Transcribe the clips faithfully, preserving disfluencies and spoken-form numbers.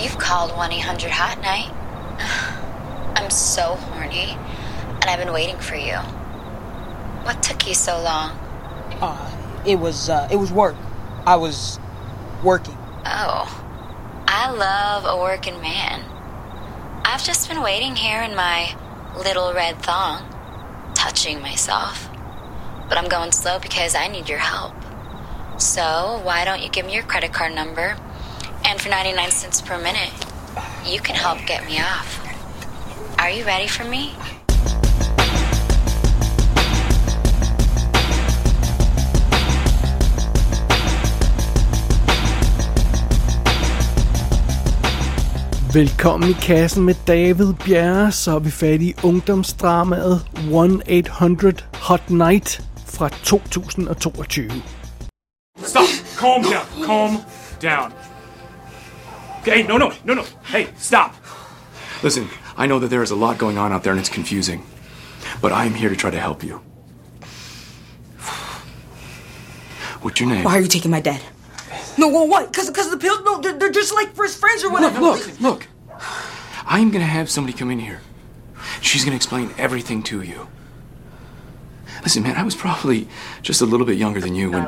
You've called one eight hundred hot night. I'm so horny, and I've been waiting for you. What took you so long? Uh, it was, uh, it was work. I was working. Oh, I love a working man. I've just been waiting here in my little red thong, touching myself. But I'm going slow because I need your help. So why don't you give me your credit card number? And for ninety-nine cents per minute, you can help get me off. Are you ready for me? Velkommen i kassen med David Bjerre, så er vi fat i ungdomsdramaet one eight hundred Hot Night fra to tusind og toogtyve. Stop! Calm down! Calm down. Okay, no, no, no, no. Hey, stop! Listen, I know that there is a lot going on out there and it's confusing, but I am here to try to help you. What's your name? Why are you taking my dad? No, well, what? Because because of the pills? No, they're, they're just like first friends or whatever. Look, look, look. I'm going to have somebody come in here. She's going to explain everything to you. Listen, man, I was probably just a little bit younger than you when...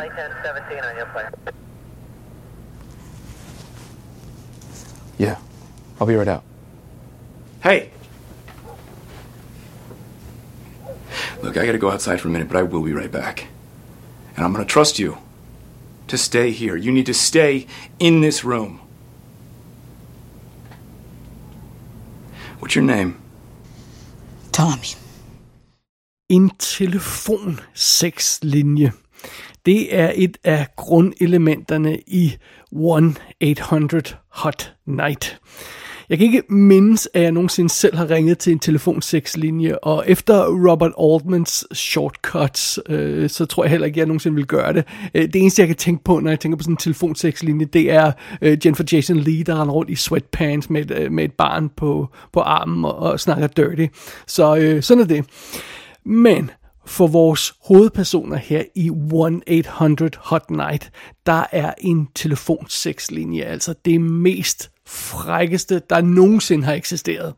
Yeah, I'll be right out. Hey! Look, I got to go outside for a minute, but I will be right back. And I'm going to trust you to stay here. You need to stay in this room. What's your name? Tommy. En telefonsexlinje. Det er et af grundelementerne i one eight hundred Hot Night. Jeg kan ikke mindes, at jeg nogensinde selv har ringet til en telefonsexlinje, og efter Robert Altmans shortcuts, øh, så tror jeg heller ikke, at jeg nogensinde vil gøre det. Det eneste, jeg kan tænke på, når jeg tænker på sådan en telefonsexlinje, det er øh, Jennifer Jason Leigh, der render rundt i sweatpants med et, med et barn på, på armen og, og snakker dirty. Så øh, sådan er det. Men for vores hovedpersoner her i one eight hundred Hot Night, der er en telefonsexlinje, altså det mest frækkeste, der nogensinde har eksisteret.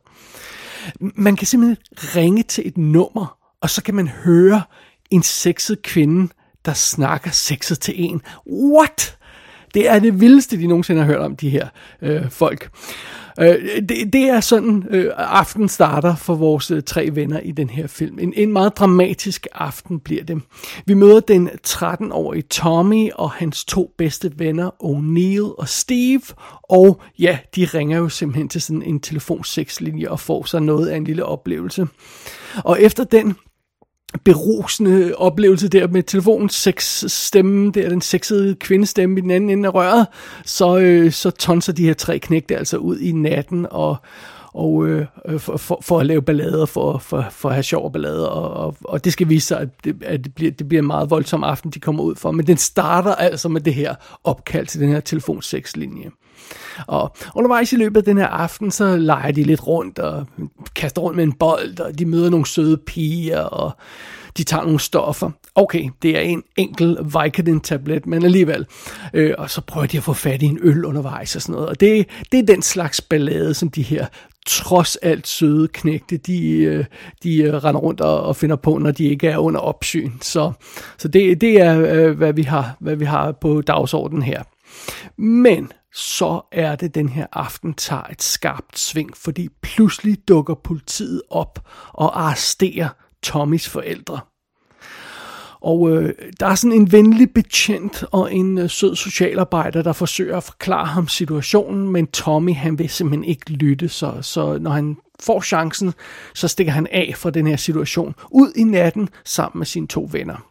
Man kan simpelthen ringe til et nummer, og så kan man høre en sexet kvinde, der snakker sexet til en. What? Det er det vildeste, de nogensinde har hørt om, de her øh, folk. Øh, det, det er sådan, øh, aften starter for vores øh, tre venner i den her film. En, en meget dramatisk aften bliver det. Vi møder den tretten-årige Tommy og hans to bedste venner, O'Neill og Steve. Og ja, de ringer jo simpelthen til sådan en telefonsexlinje og får sig noget af en lille oplevelse. Og efter den berusende oplevelse der med telefonens sexstemme, det er den sexede kvindestemme i den anden ende af røret, så, øh, så tonser de her tre knægte altså ud i natten og, og øh, for, for, for at lave ballader, for, for, for at have sjov ballader, og, og, og det skal vise sig, at, det, at det, bliver, det bliver en meget voldsom aften, de kommer ud for, men den starter altså med det her opkald til den her telefonsexlinje. Og undervejs i løbet af den her aften, så leger de lidt rundt og kaster rundt med en bold, og de møder nogle søde piger, og de tager nogle stoffer. Okay, det er en enkel Vicodin-tablet, men alligevel. Øh, og så prøver de at få fat i en øl undervejs og sådan noget. Og det, det er den slags ballade, som de her trods alt søde knægte, de, de render rundt og, og finder på, når de ikke er under opsyn. Så, så det, det er, øh, hvad, vi har, hvad vi har på dagsordenen her. Men så er det, den her aften tager et skarpt sving, fordi pludselig dukker politiet op og arresterer Tommys forældre. Og øh, der er sådan en venlig betjent og en øh, sød socialarbejder, der forsøger at forklare ham situationen, men Tommy, han vil simpelthen ikke lytte, så, så når han får chancen, så stikker han af fra den her situation ud i natten sammen med sine to venner.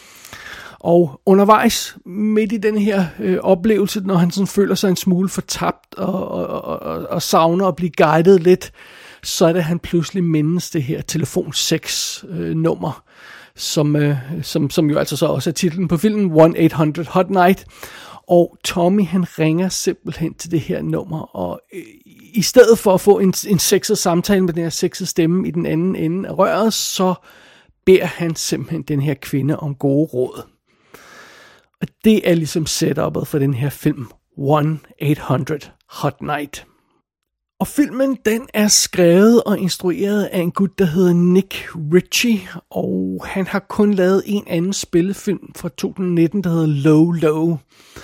Og undervejs, midt i den her øh, oplevelse, når han sådan føler sig en smule fortabt og, og, og, og, og savner at blive guidet lidt, så er det, han pludselig mindes det her telefonseks-nummer, øh, som, øh, som, som jo altså så også er titlen på filmen, one eight hundred Hot Night. Og Tommy, han ringer simpelthen til det her nummer, og øh, i stedet for at få en, en sexet samtale med den her sexede stemme i den anden ende af røret, så beder han simpelthen den her kvinde om gode råd. Og det er ligesom setupet for den her film, one eight hundred Hot Night. Og filmen, den er skrevet og instrueret af en gut, der hedder Nick Ritchie, og han har kun lavet en anden spillefilm fra to tusind nitten, der hedder Low Low,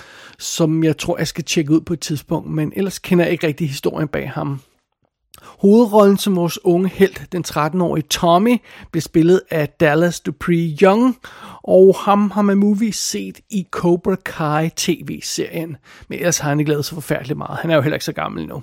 som jeg tror, jeg skal tjekke ud på et tidspunkt, men ellers kender jeg ikke rigtig historien bag ham. Hovedrollen som vores unge helt, den tretten-årige Tommy, blev spillet af Dallas Dupree Young, og ham har man muligvis set i Cobra Kai tv-serien, men ellers har han ikke lavet så forfærdeligt meget. Han er jo heller ikke så gammel endnu.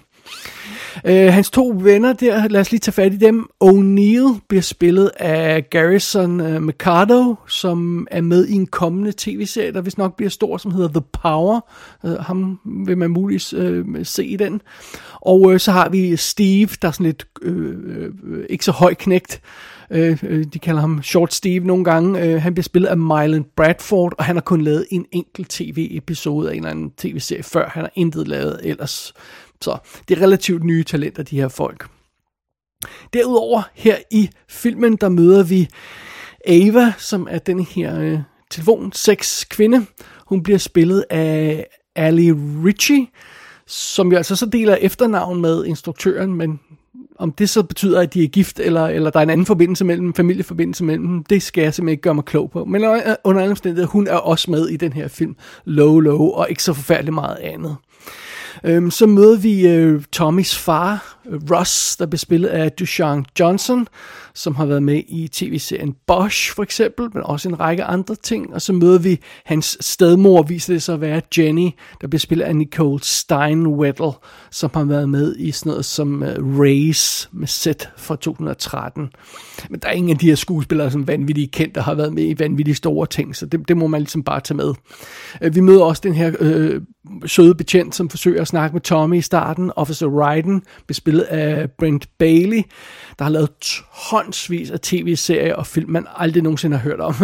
Uh, hans to venner der, lad os lige tage fat i dem. O'Neill bliver spillet af Garrison uh, Mercado, som er med i en kommende tv-serie, der vist nok bliver stor, som hedder The Power. Uh, ham vil man muligvis uh, se i den. Og uh, så har vi Steve, der er sådan lidt uh, uh, ikke så høj knægt. Uh, de kalder ham Short Steve nogle gange. Uh, han bliver spillet af Mylan Bradford, og han har kun lavet en enkelt tv-episode af en eller anden tv-serie før. Han har intet lavet ellers. Så det er relativt nye talenter, de her folk. Derudover her i filmen, der møder vi Ava, som er den her øh, telefonsexkvinde. Hun bliver spillet af Ali Ritchie, som jo altså så deler efternavn med instruktøren, men om det så betyder, at de er gift, eller, eller der er en anden forbindelse mellem, familieforbindelse mellem dem, det skal jeg simpelthen ikke gøre mig klog på. Men under alle omstændigheder, hun er også med i den her film, Low Low, og ikke så forfærdeligt meget andet. Øhm, så møder vi øh, Tommys far, øh, Russ, der bliver spillet af Dushan Johnson, som har været med i tv-serien Bosch for eksempel, men også en række andre ting. Og så møder vi hans stedmor, viser det sig at være Jenny, der bliver spillet af Nicole Steinwedel, som har været med i sådan noget som uh, Race med Set fra to tusind og tretten. Men der er ingen af de her skuespillere, som vanvittigt kendte, der har været med i vanvittigt store ting, så det, det må man ligesom bare tage med. Uh, vi møder også den her øh, søde betjent, som forsøger at snakke med Tommy i starten. Officer Ryden bliver spillet af Brent Bailey, der har lavet tonsvis af tv-serier og film, man aldrig nogensinde har hørt om.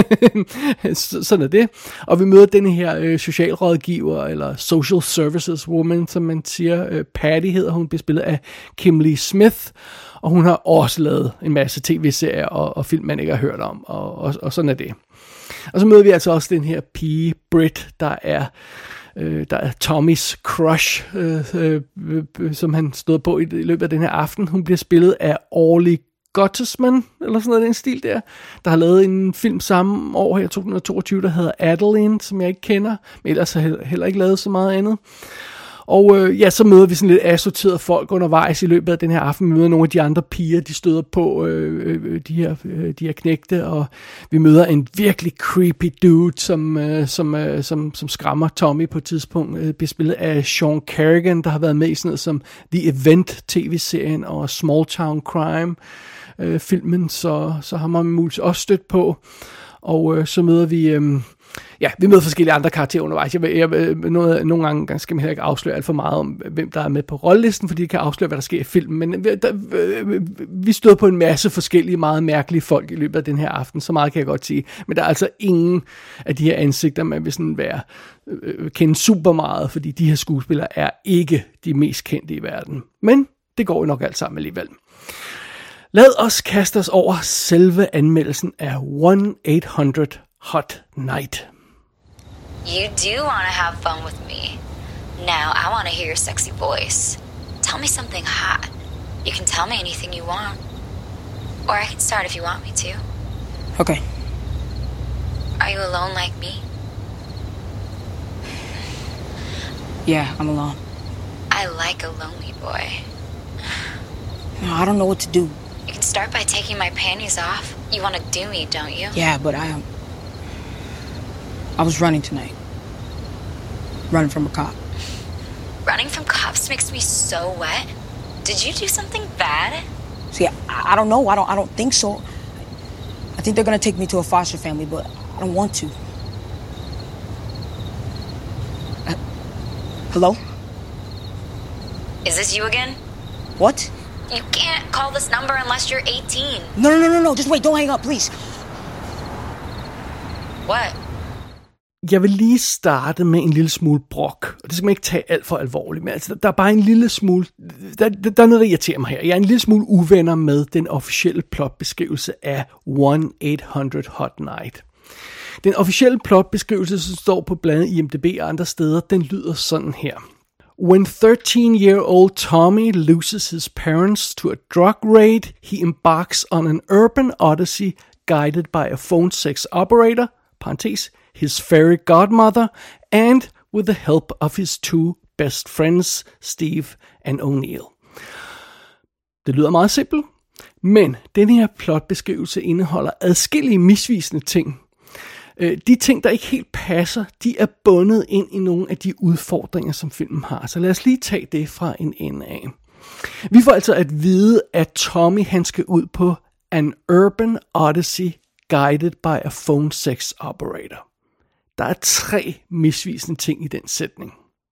Sådan er det. Og vi møder denne her øh, socialrådgiver, eller social services woman, som man siger. Øh, Patty hedder hun, bliver spillet af Kimberly Smith, og hun har også lavet en masse tv-serier og, og film, man ikke har hørt om, og, og, og sådan er det. Og så møder vi altså også den her pige, Britt, der er Øh, der er Tommys crush, øh, øh, øh, som han stod på i, i løbet af den her aften. Hun bliver spillet af Orly Gottesman, eller sådan noget den stil der, der har lavet en film samme år her, to tusind og toogtyve, der hedder Adeline, som jeg ikke kender, men ellers har jeg heller ikke lavet så meget andet. Og øh, ja, så møder vi sådan lidt assorterede folk undervejs i løbet af den her aften. Vi møder nogle af de andre piger, de støder på, øh, øh, de, her, øh, de her knægte, og vi møder en virkelig creepy dude, som, øh, som, øh, som, som skræmmer Tommy på et tidspunkt. Øh, bliver spillet af Sean Kerrigan, der har været med i sådan noget som The Event tv-serien og Small Town Crime øh, filmen, så, så har man muligvis også stødt på. Og øh, så møder vi... Øh, Ja, vi møder forskellige andre karakterer undervejs. Jeg, jeg, noget, nogle gange skal man heller ikke afsløre alt for meget om, hvem der er med på rollelisten, fordi det kan afsløre, hvad der sker i filmen. Men der, vi stod på en masse forskellige, meget mærkelige folk i løbet af den her aften. Så meget kan jeg godt sige. Men der er altså ingen af de her ansigter, man vil sådan være, øh, kende super meget, fordi de her skuespillere er ikke de mest kendte i verden. Men det går jo nok alt sammen alligevel. Lad os kaste os over selve anmeldelsen af one eight hundred Hot Night. You do want to have fun with me. Now I want to hear your sexy voice. Tell me something hot. You can tell me anything you want. Or I can start if you want me to. Okay. Are you alone like me? Yeah, I'm alone. I like a lonely boy. No, I don't know what to do. You can start by taking my panties off. You want to do me, don't you? Yeah, but I um, I was running tonight. Running from a cop. Running from cops makes me so wet. Did you do something bad? See, I, I don't know. I don't. I don't think so. I think they're gonna take me to a foster family, but I don't want to. Uh, hello? Is this you again? What? You can't call this number unless you're eighteen. No, no, no, no, no. Just wait. Don't hang up, please. What? Jeg vil lige starte med en lille smule brok, og det skal man ikke tage alt for alvorligt, men altså, der er bare en lille smule, der, der er noget, der irriterer mig her. Jeg er en lille smule uvenner med den officielle plotbeskrivelse af one eight hundred Hot Night. Den officielle plotbeskrivelse, som står på blandt I M D B og andre steder, den lyder sådan her. When thirteen-year-old Tommy loses his parents to a drug raid, he embarks on an urban odyssey guided by a phone sex operator, parentes, his fairy godmother, and with the help of his two best friends, Steve and O'Neill. Det lyder meget simpelt, men den her plotbeskrivelse indeholder adskillige misvisende ting. De ting, der ikke helt passer, de er bundet ind i nogle af de udfordringer, som filmen har. Så lad os lige tage det fra en ende af. Vi får altså at vide, at Tommy han skal ud på an urban odyssey guided by a phone sex operator. Der er tre misvisende ting i den sætning.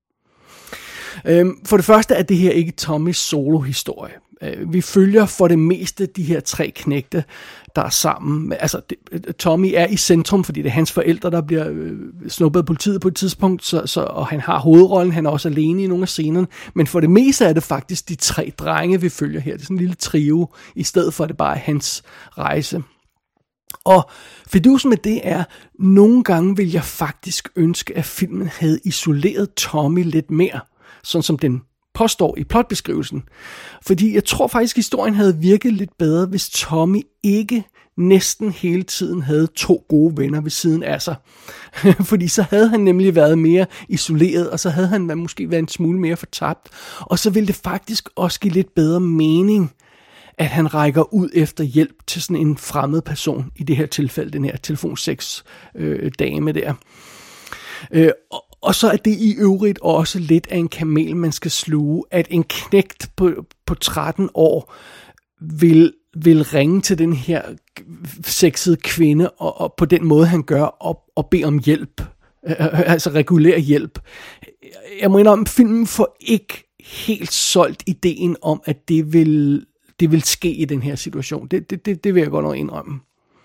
For det første er det her ikke Tommys solo-historie. Vi følger for det meste de her tre knægte, der er sammen. Altså, det, Tommy er i centrum, fordi det er hans forældre, der bliver øh, snuppet af politiet på et tidspunkt, så, så, og han har hovedrollen, han er også alene i nogle af scenerne. Men for det meste er det faktisk de tre drenge, vi følger her. Det er sådan en lille trio, i stedet for at det bare er hans rejse. Og fidusen med det er, nogle gange vil jeg faktisk ønske, at filmen havde isoleret Tommy lidt mere, sådan som den påstår i plotbeskrivelsen. Fordi jeg tror faktisk, at historien havde virket lidt bedre, hvis Tommy ikke næsten hele tiden havde to gode venner ved siden af sig. Fordi så havde han nemlig været mere isoleret, og så havde han måske været en smule mere fortabt. Og så ville det faktisk også give lidt bedre mening, at han rækker ud efter hjælp til sådan en fremmed person, i det her tilfælde, den her telefonsex øh, dame der. Øh, og, og så er det i øvrigt også lidt af en kamel, man skal sluge, at en knægt på, på tretten år vil, vil ringe til den her sexede kvinde, og, og på den måde han gør, og, og bede om hjælp, øh, altså regulær hjælp. Jeg mener om, filmen får ikke helt solgt ideen om, at det vil, det vil ske i den her situation. Det, det, det, det vil jeg godt nok indrømme.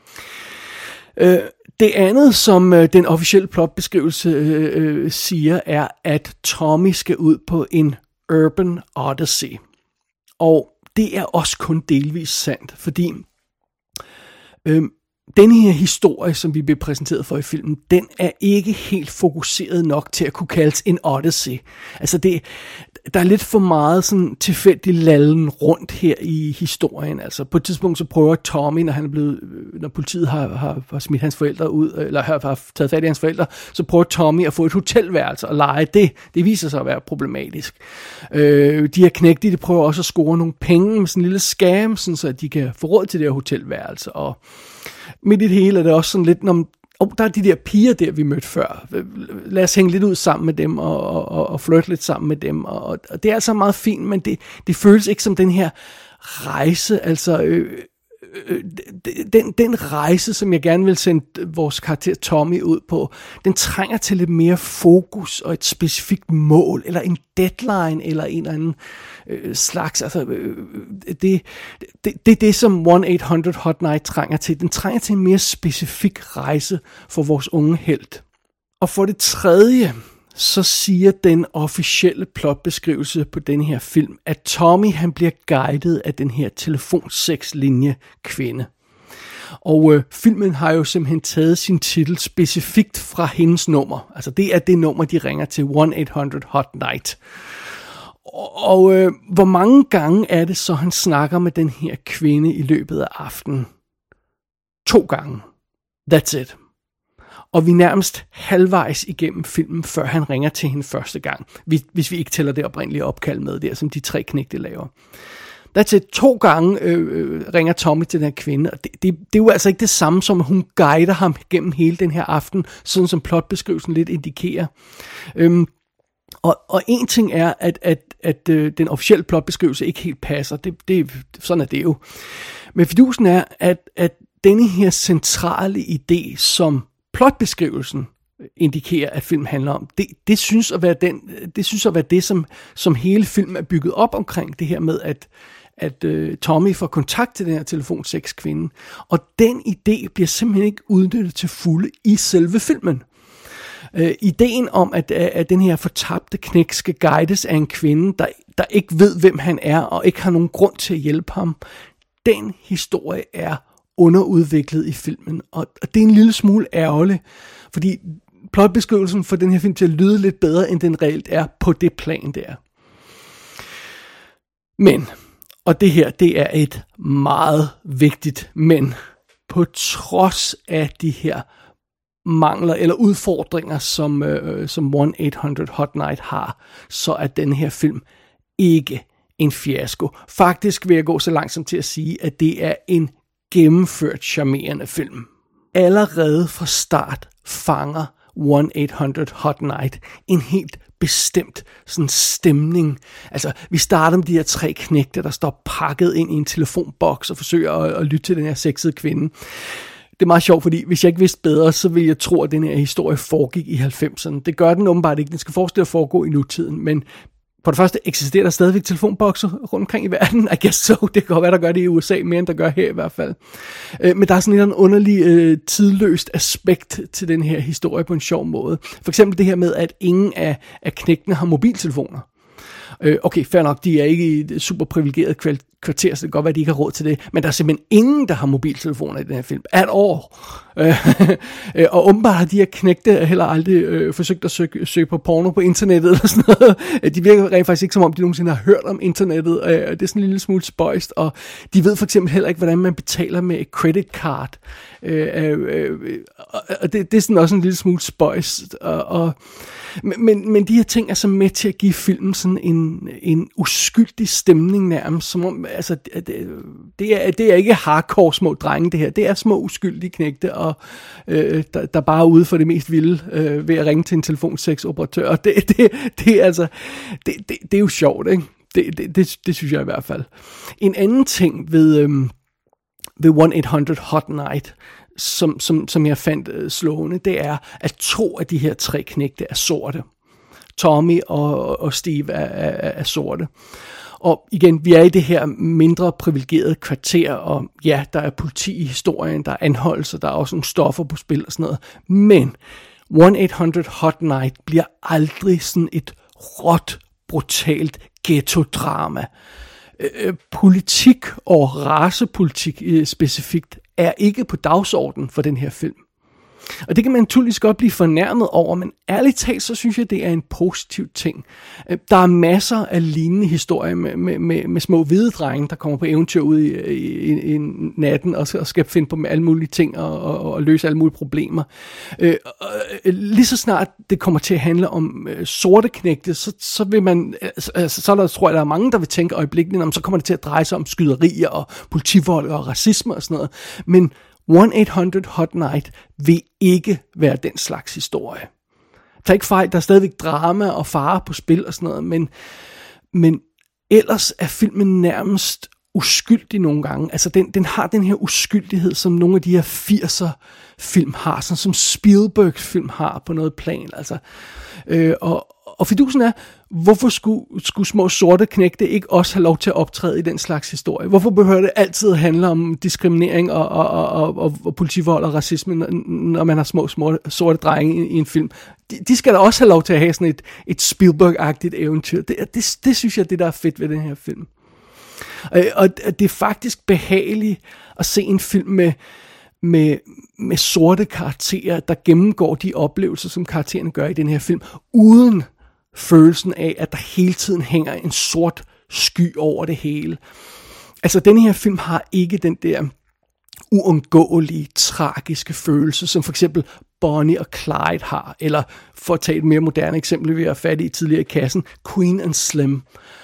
Øh, Det andet, som øh, den officielle plotbeskrivelse øh, øh, siger, er, at Tommy skal ud på en urban odyssey. Og det er også kun delvis sandt, fordi øh, denne her historie, som vi bliver præsenteret for i filmen, den er ikke helt fokuseret nok til at kunne kaldes en odyssey. Altså det, der er lidt for meget sådan tilfældig lallen rundt her i historien. Altså på et tidspunkt så prøver Tommy, når han er blevet, når politiet har, har, har smidt hans forældre ud, eller har, har taget fat i hans forældre, så prøver Tommy at få et hotelværelse og lege det. Det viser sig at være problematisk. Øh, de her knægte, de prøver også at score nogle penge med sådan en lille scam, sådan så at de kan få råd til det her hotelværelse. Og midt i det hele er det også sådan lidt, når oh, der er de der piger der, vi mødte før. Lad os hænge lidt ud sammen med dem, og, og, og flirte lidt sammen med dem. Og, og det er altså meget fint, men det, det føles ikke som den her rejse, altså øh, øh, den, den rejse, som jeg gerne vil sende vores karakter Tommy ud på, den trænger til lidt mere fokus og et specifikt mål, eller en deadline, eller en eller anden øh, slags, altså øh, det, det, det, det er det, som one eight hundred hot night trænger til. Den trænger til en mere specifik rejse for vores unge helt. Og for det tredje, så siger den officielle plotbeskrivelse på den her film, at Tommy han bliver guidet af den her telefonsex-linje kvinde. Og øh, filmen har jo simpelthen taget sin titel specifikt fra hendes nummer. Altså det er det nummer, de ringer til, one eight hundred hot night. Og, og øh, hvor mange gange er det så, han snakker med den her kvinde i løbet af aftenen? To gange. That's it. Og vi er nærmest halvvejs igennem filmen, før han ringer til hende første gang. Hvis vi ikke tæller det oprindelige opkald med der, som de tre knægte laver. That's it. To gange øh, ringer Tommy til den her kvinde, og det, det, det er jo altså ikke det samme, som hun guider ham gennem hele den her aften, sådan som plotbeskrivelsen lidt indikerer. Øhm, og, og en ting er, at, at, at øh, den officielle plotbeskrivelse ikke helt passer. Det, det, sådan er det jo. Men fidusen er, at, at denne her centrale idé, som plotbeskrivelsen indikerer, at film handler om, det, det synes at være den, det synes at være det, som, som hele filmen er bygget op omkring, det her med, at, at uh, Tommy får kontakt til den her telefonsex-kvinde. Og den idé bliver simpelthen ikke udnyttet til fulde i selve filmen. Uh, ideen om, at, at den her fortabte knægt skal guides af en kvinde, der, der ikke ved, hvem han er, og ikke har nogen grund til at hjælpe ham, den historie er underudviklet i filmen, og det er en lille smule ærgerligt, fordi plotbeskrivelsen for den her film til at lyde lidt bedre, end den reelt er på det plan der. Men, og det her, det er et meget vigtigt men, på trods af de her mangler eller udfordringer, som, øh, som one eight hundred hot night har, så er den her film ikke en fiasko. Faktisk vil jeg gå så langsomt til at sige, at det er en gennemført charmerende film. Allerede fra start fanger one eight hundred hot night en helt bestemt sådan stemning. Altså, vi starter med de her tre knægte, der står pakket ind i en telefonboks og forsøger at, at lytte til den her sexede kvinde. Det er meget sjovt, fordi hvis jeg ikke vidste bedre, så ville jeg tro, at den her historie foregik i halvfemserne. Det gør den åbenbart ikke. Den skal forestille at foregå i nutiden, men på det første eksisterer der stadigvæk telefonbokser rundt omkring i verden. I guess so. Det kan godt være, der gør det i U S A mere, end der gør her i hvert fald. Men der er sådan en underlig øh, tidløst aspekt til den her historie på en sjov måde. For eksempel det her med, at ingen af, af knægtene har mobiltelefoner. Okay, fair nok, de er ikke i et super privilegeret kvarter, så det kan godt være, at de ikke har råd til det, men der er simpelthen ingen, der har mobiltelefoner i den her film, at år. Og åbenbart har de her knægte heller aldrig øh, forsøgt at søge, søge på porno på internettet eller sådan noget. De virker rent faktisk ikke, som om de nogensinde har hørt om internettet, og det er sådan en lille smule spøjst, og de ved for eksempel heller ikke, hvordan man betaler med et credit card, og det, det er sådan også en lille smule spøjst, og, og Men, men de her ting er så med til at give filmen sådan en, en uskyldig stemning nærmest, som om, altså, det, det, er, det er ikke hardcore små drenge det her, det er små uskyldige knægte, og øh, der, der bare er ude for det mest vilde øh, ved at ringe til en telefonsexoperatør, og det, det, det, altså, det, det, det er jo sjovt, ikke? Det, det, det, det synes jeg i hvert fald. En anden ting ved, øh, ved one eight hundred hot night, Som, som, som jeg fandt øh, slående, det er, at to af de her tre knægte er sorte. Tommy og, og Steve er, er, er sorte. Og igen, vi er i det her mindre privilegerede kvarter, og ja, der er politi i historien, der er anholdelser, der er også nogle stoffer på spil og sådan noget. Men one eight hundred hot night bliver aldrig sådan et råt, brutalt ghetto-drama. Øh, politik og racepolitik øh, specifikt er ikke på dagsordenen for den her film. Og det kan man naturligvis godt blive fornærmet over, men ærligt talt, så synes jeg, det er en positiv ting. Der er masser af lignende historier med, med, med, med små hvide drenge, der kommer på eventyr ud i, i, i natten og skal finde på alle mulige ting og, og, og løse alle mulige problemer. Øh, lige så snart det kommer til at handle om øh, sorte knægte, så, så vil man, altså, så der, tror jeg, der er mange, der vil tænke øjeblikkeligt, om så kommer det til at dreje sig om skyderier og politivold og racisme og sådan noget. Men one eight hundred hot night vil ikke være den slags historie. Tag ikke fejl, der er stadigvæk drama og fare på spil og sådan noget, men, men ellers er filmen nærmest uskyldig nogle gange. Altså den, den har den her uskyldighed, som nogle af de her firser film har, sådan som Spielbergs film har på noget plan. Altså, øh, og, og fidusen er, hvorfor skulle, skulle små sorte knægte ikke også have lov til at optræde i den slags historie? Hvorfor behøver det altid at handle om diskriminering og, og, og, og, og politivold og racisme, når man har små, små sorte drenge i, i en film? De, de skal da også have lov til at have sådan et, et Spielberg-agtigt eventyr. Det, det, det synes jeg, det der er fedt ved den her film. Og, og det er faktisk behageligt at se en film med, med, med sorte karakterer, der gennemgår de oplevelser, som karaktererne gør i den her film, uden følelsen af, at der hele tiden hænger en sort sky over det hele. Altså, den her film har ikke den der uundgåelige, tragiske følelse, som for eksempel Bonnie og Clyde har, eller for at tage et mere moderne eksempel, vi har fat i tidligere i kassen, Queen and Slim,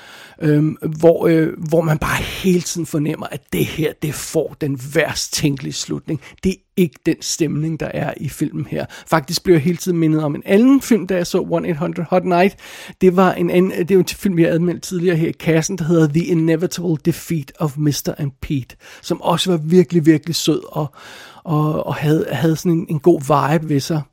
øhm, hvor, øh, hvor man bare hele tiden fornemmer, at det her, det får den værst tænkelige slutning. Det er ikke den stemning, der er i filmen her. Faktisk blev jeg hele tiden mindet om en anden film, da jeg så one eight hundred hot night. Det var en anden, det var en film, vi havde anmeldt tidligere her i kassen, der hedder The Inevitable Defeat of mister and Pete, som også var virkelig, virkelig sød og, og, og havde, havde sådan en, en god vibe ved sig.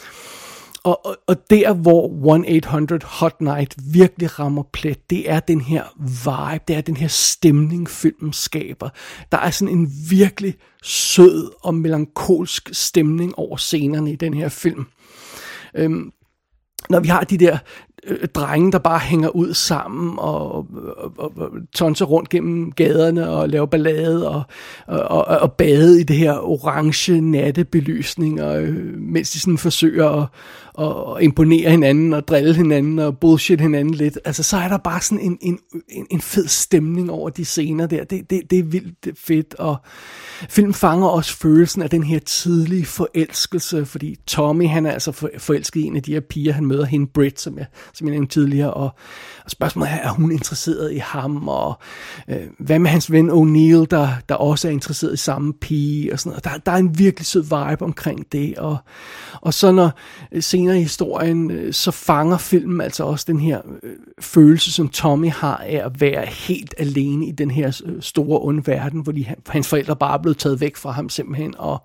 Og, og, og der, hvor one eight hundred hot night virkelig rammer plet, det er den her vibe, det er den her stemning, filmen skaber. Der er sådan en virkelig sød og melankolsk stemning over scenerne i den her film. Øhm, når vi har de der øh, drenge, der bare hænger ud sammen og, og, og, og tonser rundt gennem gaderne og laver ballade og, og, og, og bade i det her orange nattebelysning, og, øh, mens de sådan forsøger at, og, og imponere hinanden, og drille hinanden, og bullshit hinanden lidt. Altså, så er der bare sådan en, en, en, en fed stemning over de scener der. Det, det, det er vildt det er fedt, og film fanger også følelsen af den her tidlige forelskelse, fordi Tommy, han er altså for, forelsket i en af de her piger, han møder, hende Britt, som jeg, som jeg nævnte tidligere, og, og spørgsmålet er, er hun interesseret i ham, og øh, hvad med hans ven O'Neill, der, der også er interesseret i samme pige, og sådan noget. Der, der er en virkelig sød vibe omkring det, og, og så når senere i historien, så fanger filmen altså også den her øh, følelse, som Tommy har af at være helt alene i den her store onde verden, hvor de, hans forældre bare er blevet taget væk fra ham simpelthen, og,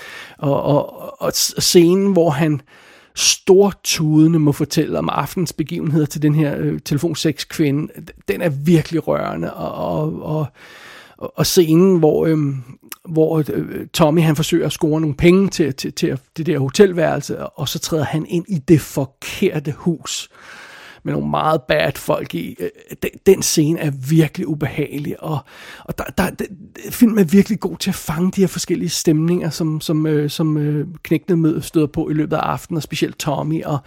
og, og, og scenen, hvor han stortudende må fortælle om aftens begivenheder til den her øh, telefonsex-kvinde, den er virkelig rørende, og, og, og, og scenen, hvor, øh, hvor øh, Tommy han forsøger at score nogle penge til, til, til det der hotelværelse, og så træder han ind i det forkerte hus med nogle meget bad folk i. Den, den scene er virkelig ubehagelig, og, og der, der, der, filmen er virkelig god til at fange de her forskellige stemninger, som, som, øh, som øh, knægtene med støder på i løbet af aftenen, og specielt Tommy. Og,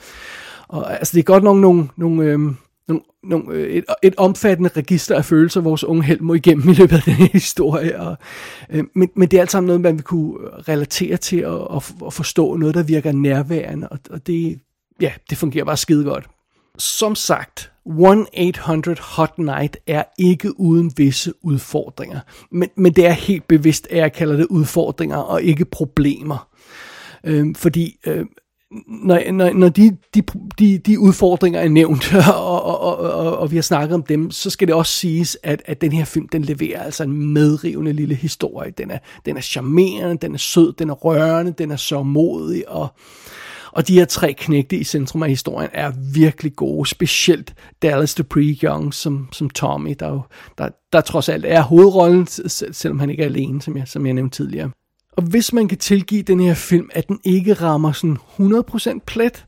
og altså, det er godt nok nogle, nogle, øh, nogle, nogle, øh, et, et omfattende register af følelser, vores unge held må igennem i løbet af den her historie. Og, øh, men, men det er alt sammen noget, man vil kunne relatere til og, og, og forstå, noget, der virker nærværende, og, og det, ja, det fungerer bare skide godt. Som sagt, one eight hundred hot night er ikke uden visse udfordringer, men, men det er helt bevidst, at jeg kalder det udfordringer og ikke problemer. Øhm, fordi øh, når, når, når de, de, de, de udfordringer er nævnt, og, og, og, og, og vi har snakket om dem, så skal det også siges, at, at den her film, den leverer altså en medrivende lille historie. Den er, den er charmerende, den er sød, den er rørende, den er sørgmodig, og Og de her tre knægte i centrum af historien er virkelig gode, specielt Dallas Dupree Young som, som Tommy, der, jo, der, der trods alt er hovedrollen, selvom han ikke er alene, som jeg, som jeg nævnte tidligere. Og hvis man kan tilgive den her film, at den ikke rammer sådan hundrede procent plet,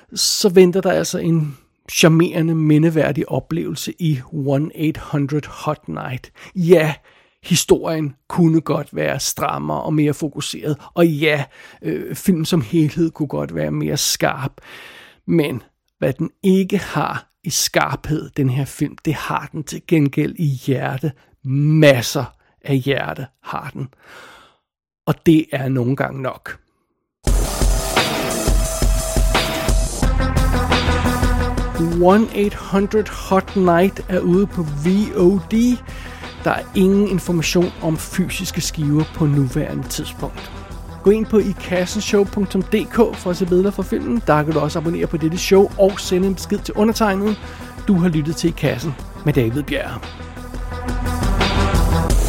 så venter der altså en charmerende, mindeværdig oplevelse i one eight hundred hot night. Ja, historien kunne godt være strammere og mere fokuseret, og ja, øh, film som helhed kunne godt være mere skarp, men hvad den ikke har i skarphed, den her film, det har den til gengæld i hjerte. Masser af hjerte har den, og det er nogle gange nok. one eight hundred hot night er ude på V O D. Der er ingen information om fysiske skiver på nuværende tidspunkt. Gå ind på i kassen show punktum d k for at se billeder fra filmen. Der kan du også abonnere på dette show og sende en besked til undertegnet. Du har lyttet til I Kassen med David Bjerre.